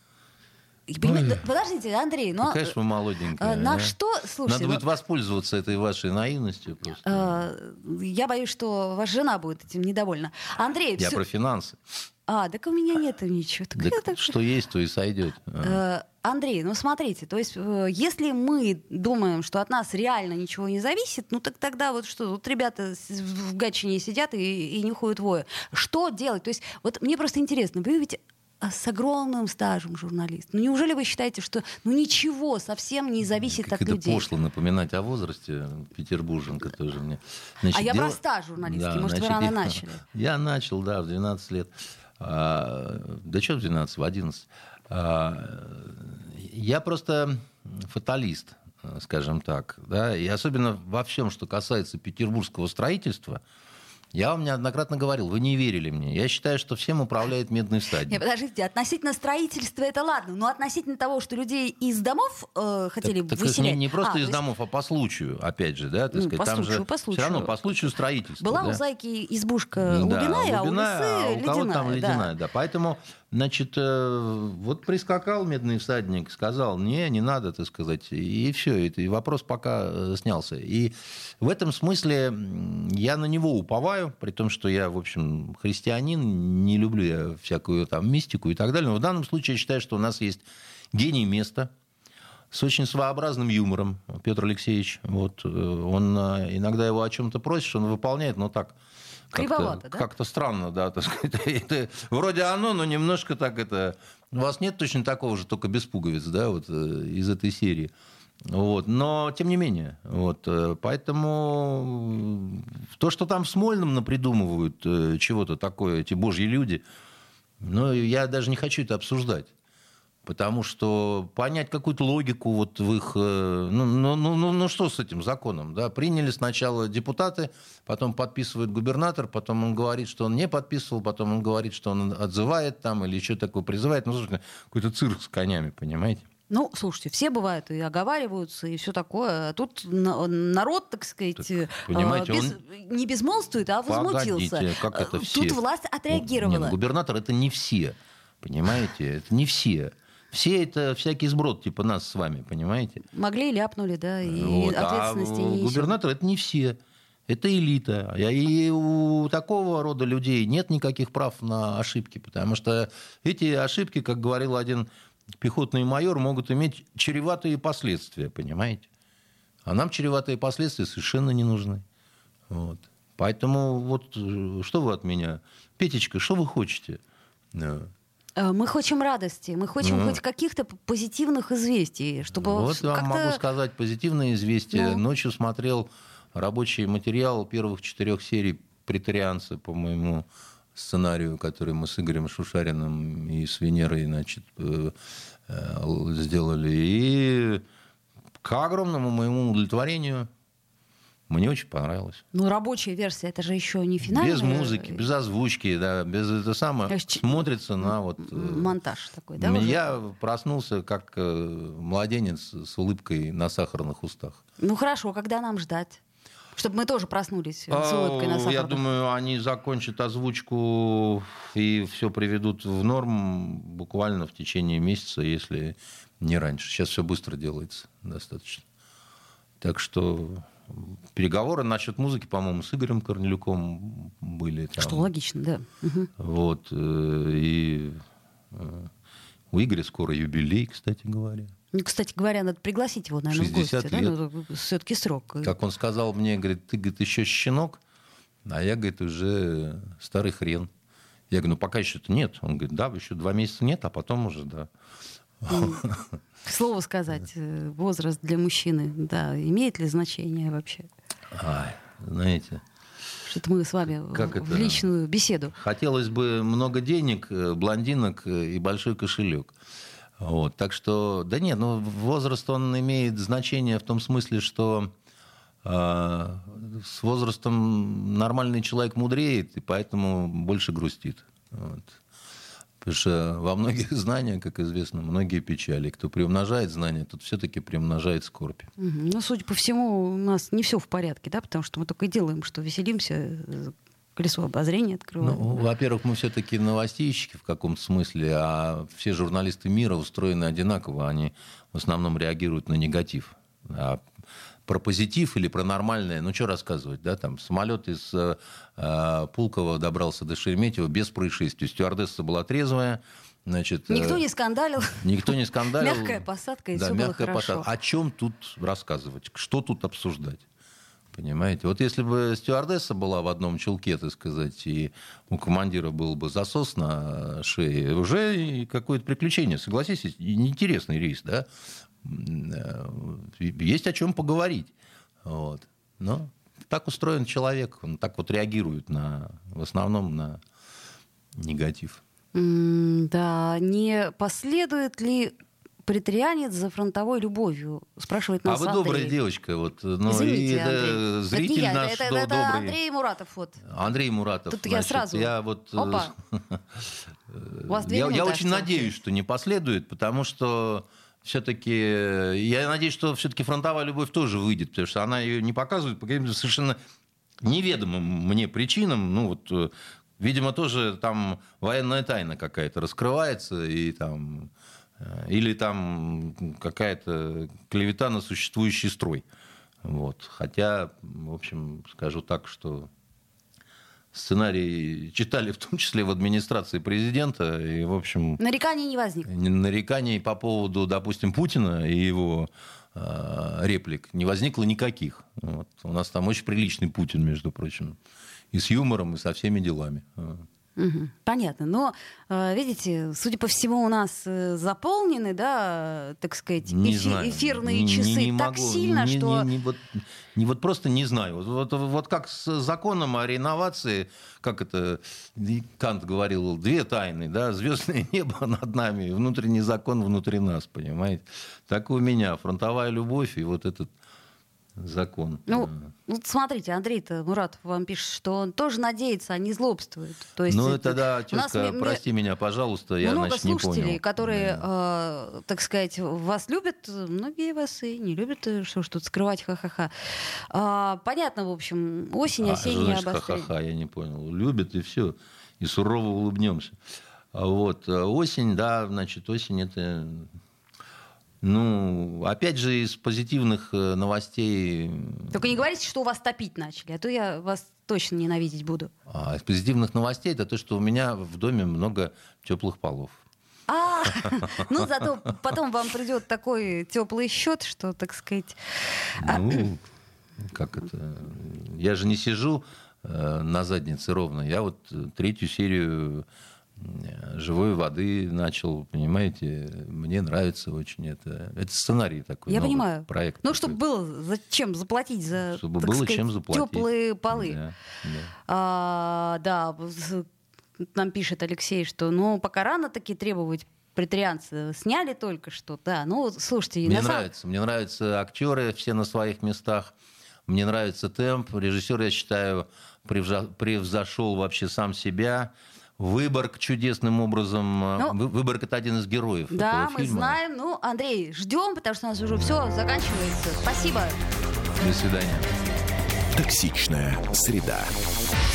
S2: Ой. Подождите, Андрей, но...
S3: Ну, конечно, вы молоденькая.
S2: На
S3: да?
S2: что... Слушайте,
S3: Надо будет ну... воспользоваться этой вашей наивностью просто.
S2: А, я боюсь, что ваша жена будет этим недовольна. Андрей...
S3: Я
S2: все...
S3: про финансы.
S2: А, так у меня нет ничего.
S3: Так так... Что есть, то и сойдет.
S2: А. Андрей, ну смотрите, то есть если мы думаем, что от нас реально ничего не зависит, ну так тогда вот что, вот ребята в Гатчине сидят и, и нюхают вою. Что делать? То есть вот мне просто интересно, вы ведь с огромным стажем журналист. Ну неужели вы считаете, что ну ничего совсем не зависит
S3: как
S2: от людей?
S3: Это пошло напоминать о возрасте, петербурженка тоже мне. Значит,
S2: а я
S3: дело...
S2: про стаж журналистский, да, может,
S3: значит,
S2: вы рано
S3: я...
S2: начали?
S3: Я начал, да, в двенадцать лет. А, да что в двенадцать, в одиннадцать. А, я просто фаталист, скажем так. Да? И особенно во всем, что касается петербургского строительства, я вам неоднократно говорил, вы не верили мне. Я считаю, что всем управляет Медный всадник.
S2: Нет, подождите, относительно строительства это ладно, но относительно того, что людей из домов э, хотели
S3: так,
S2: выселять...
S3: Так не, не просто
S2: а,
S3: из
S2: есть...
S3: домов, а по случаю, опять же. Да, так
S2: ну,
S3: сказать,
S2: по
S3: там
S2: случаю,
S3: же
S2: по случаю.
S3: Все равно по случаю строительства.
S2: Была
S3: да?
S2: у Зайки избушка
S3: да,
S2: лубиная,
S3: лубиная,
S2: а у Лисы
S3: а у
S2: ледяная.
S3: кого там ледяная, да. да. Поэтому Значит, вот прискакал медный всадник, сказал, не, не надо, так сказать, и все, и вопрос пока снялся. И в этом смысле я на него уповаю, при том, что я, в общем, христианин, не люблю я всякую там мистику и так далее, но в данном случае я считаю, что у нас есть гений места, с очень своеобразным юмором, Петр Алексеевич. Вот, он иногда его о чем-то просишь, он выполняет, но так...
S2: Кривовато,
S3: как-то,
S2: да?
S3: Как-то странно, да, так сказать. Это, вроде оно, но немножко так это... У вас нет точно такого же, только без пуговиц, да, вот из этой серии. Вот. Но, тем не менее, вот, поэтому то, что там в Смольном напридумывают чего-то такое, эти божьи люди, ну, я даже не хочу это обсуждать. Потому что понять какую-то логику вот в их... Ну, ну, ну, ну, ну что с этим законом? Да? Приняли сначала депутаты, потом подписывает губернатор, потом он говорит, что он не подписывал, потом он говорит, что он отзывает там или еще такое призывает. Ну, слушайте, какой-то цирк с конями, понимаете?
S2: Ну, слушайте, все бывают и оговариваются, и все такое. А тут народ, так сказать, так,
S3: понимаете,
S2: без,
S3: он...
S2: не безмолвствует, а возмутился.
S3: Погодите, как это все?
S2: Тут власть отреагировала.
S3: Нет, губернатор — это не все, понимаете? Это не все. Все это всякий сброд, типа нас с вами, понимаете?
S2: Могли и ляпнули, да, и
S3: вот.
S2: ответственности
S3: а
S2: не несем.
S3: Губернатор — это не все. Это элита. И у такого рода людей нет никаких прав на ошибки, потому что эти ошибки, как говорил один пехотный майор, могут иметь чреватые последствия, понимаете? А нам чреватые последствия совершенно не нужны. Вот. Поэтому вот что вы от меня? Петечка, что вы хотите?
S2: Мы хотим радости, мы хотим ну, хоть каких-то позитивных известий, чтобы
S3: вот вам
S2: как-то...
S3: могу сказать позитивные известия. Ну... Ночью смотрел рабочий материал первых четырех серий «Претарианца» по моему сценарию, который мы с Игорем Шушариным и с Венерой, значит, сделали. И к огромному моему удовлетворению мне очень понравилось.
S2: Ну, рабочая версия, это же еще не финальная.
S3: Без музыки, без озвучки, да, без это самое. Конечно, смотрится на вот...
S2: Монтаж такой, да?
S3: Я
S2: уже?
S3: проснулся как младенец с улыбкой на сахарных устах.
S2: Ну, хорошо, когда нам ждать? Чтобы мы тоже проснулись с улыбкой на сахарных.
S3: Я думаю, они закончат озвучку и все приведут в норму буквально в течение месяца, если не раньше. Сейчас все быстро делается достаточно. Так что... Переговоры насчет музыки, по-моему, с Игорем Корнелюком были. Там.
S2: Что логично, да. Угу.
S3: Вот. И у Игоря скоро юбилей, кстати говоря.
S2: Ну, кстати говоря, надо пригласить его, наверное, в гости.
S3: лет.
S2: Да? Ну, все-таки срок.
S3: Как он сказал мне, говорит, ты, говорит, еще щенок, а я, говорит, уже старый хрен. Я говорю, ну пока еще-то нет. Он говорит, да, еще два месяца нет, а потом уже, да.
S2: К слову сказать, возраст для мужчины, да, имеет ли значение вообще?
S3: Ай, знаете...
S2: Что-то мы с вами как в это? Личную беседу.
S3: Хотелось бы много денег, блондинок и большой кошелек. Вот, так что, да нет, ну, возраст, он имеет значение в том смысле, что э, с возрастом нормальный человек мудреет, и поэтому больше грустит. Вот. Потому что во многих знаниях, как известно, многие печали. Кто приумножает знания, тот все-таки приумножает скорбь.
S2: Угу. Ну, судя по всему, у нас не все в порядке, да, потому что мы только и делаем, что веселимся, колесо обозрения открываем.
S3: Ну, во-первых, мы все-таки новостейщики в каком-то смысле, а все журналисты мира устроены одинаково. Они в основном реагируют на негатив. А про позитив или про нормальное, ну, что рассказывать, да, там, самолет из э, Пулково добрался до Шереметьево без происшествий. Стюардесса была трезвая, значит...
S2: Никто не скандалил.
S3: Никто не скандалил.
S2: Мягкая посадка, и
S3: да,
S2: все было хорошо.
S3: Посадка. О чем тут рассказывать? Что тут обсуждать? Понимаете? Вот если бы стюардесса была в одном чулке, так сказать, и у командира был бы засос на шее, уже какое-то приключение, согласитесь, интересный рейс, да? Есть о чем поговорить. Вот. Но так устроен человек, он так вот реагирует на, в основном на негатив.
S2: Mm, да, не последует ли претарианец за фронтовой любовью? Спрашивает нас
S3: А вы
S2: Андрей.
S3: добрая девочка. Вот, ну,
S2: Извините,
S3: и
S2: Андрей.
S3: Зритель
S2: это
S3: наш
S2: это, это, это
S3: добрый.
S2: Андрей Муратов. Вот.
S3: Андрей Муратов.
S2: Тут
S3: значит,
S2: я сразу.
S3: Я, вот,
S2: Опа.
S3: У вас две я, я очень надеюсь, что не последует, потому что все-таки, я надеюсь, что все-таки фронтовая любовь тоже выйдет, потому что она ее не показывает по каким-то совершенно неведомым мне причинам. Ну, вот Видимо, тоже там военная тайна какая-то раскрывается, и там, или там какая-то клевета на существующий строй. Вот. Хотя, в общем, скажу так, что сценарий читали в том числе в администрации президента, и, в общем...
S2: Нареканий не возникло.
S3: Нареканий по поводу, допустим, Путина и его э, реплик не возникло никаких. Вот. У нас там очень приличный Путин, между прочим. И с юмором, и со всеми делами.
S2: Угу, понятно. Но, видите, судя по всему, у нас заполнены, да, так сказать,
S3: не
S2: эфи-
S3: знаю.
S2: эфирные
S3: не,
S2: часы
S3: не, не
S2: так
S3: могу.
S2: сильно,
S3: не,
S2: что...
S3: Не, не, вот, не, вот просто не знаю. Вот, вот, вот как с законом о реновации, как это Кант говорил, две тайны, да, звездное небо над нами, внутренний закон внутри нас, понимаете? Так и у меня фронтовая любовь и вот этот закон.
S2: Ну, ну, смотрите, Андрей-то, Муратов вам пишет, что он тоже надеется, а не злобствует. То есть
S3: ну,
S2: это,
S3: это да, тезка,
S2: ми-
S3: прости меня, пожалуйста, я,
S2: много
S3: значит, не понял.
S2: слушателей, которые,
S3: да.
S2: э, так сказать, вас любят, многие вас и не любят, что ж тут скрывать, ха-ха-ха. А, понятно, в общем, осень, осеннее
S3: а,
S2: обострение.
S3: Ха-ха-ха, я не понял. Любят, и все, и сурово улыбнемся. Вот, осень, да, значит, осень это... Ну, опять же, из позитивных новостей...
S2: Только не говорите, что у вас топить начали, а то я вас точно ненавидеть буду.
S3: А из позитивных новостей это то, что у меня в доме много теплых полов.
S2: А, ну зато потом вам придет такой теплый счет, что, так сказать...
S3: Ну, как это... Я же не сижу на заднице ровно. Я вот третью серию... живой воды начал, понимаете, мне нравится очень это. Это сценарий такой.
S2: Я понимаю.
S3: Проект.
S2: Ну,
S3: такой.
S2: чтобы было зачем заплатить за,
S3: чтобы
S2: так
S3: было
S2: сказать,
S3: чем заплатить.
S2: Теплые полы.
S3: Да, да.
S2: А, да, нам пишет Алексей, что ну пока рано таки требовать. Претарианцы сняли только что, да. Ну, слушайте,
S3: мне
S2: на
S3: нравится,
S2: самом...
S3: мне нравятся актеры, все на своих местах. Мне нравится темп. Режиссер, я считаю, превзошел вообще сам себя. Выборг чудесным образом. Ну, Выборг — это один из героев
S2: да,
S3: этого
S2: мы
S3: фильма.
S2: знаем. Ну, Андрей, ждем, потому что у нас уже все заканчивается. Спасибо.
S3: До свидания.
S1: Токсичная среда.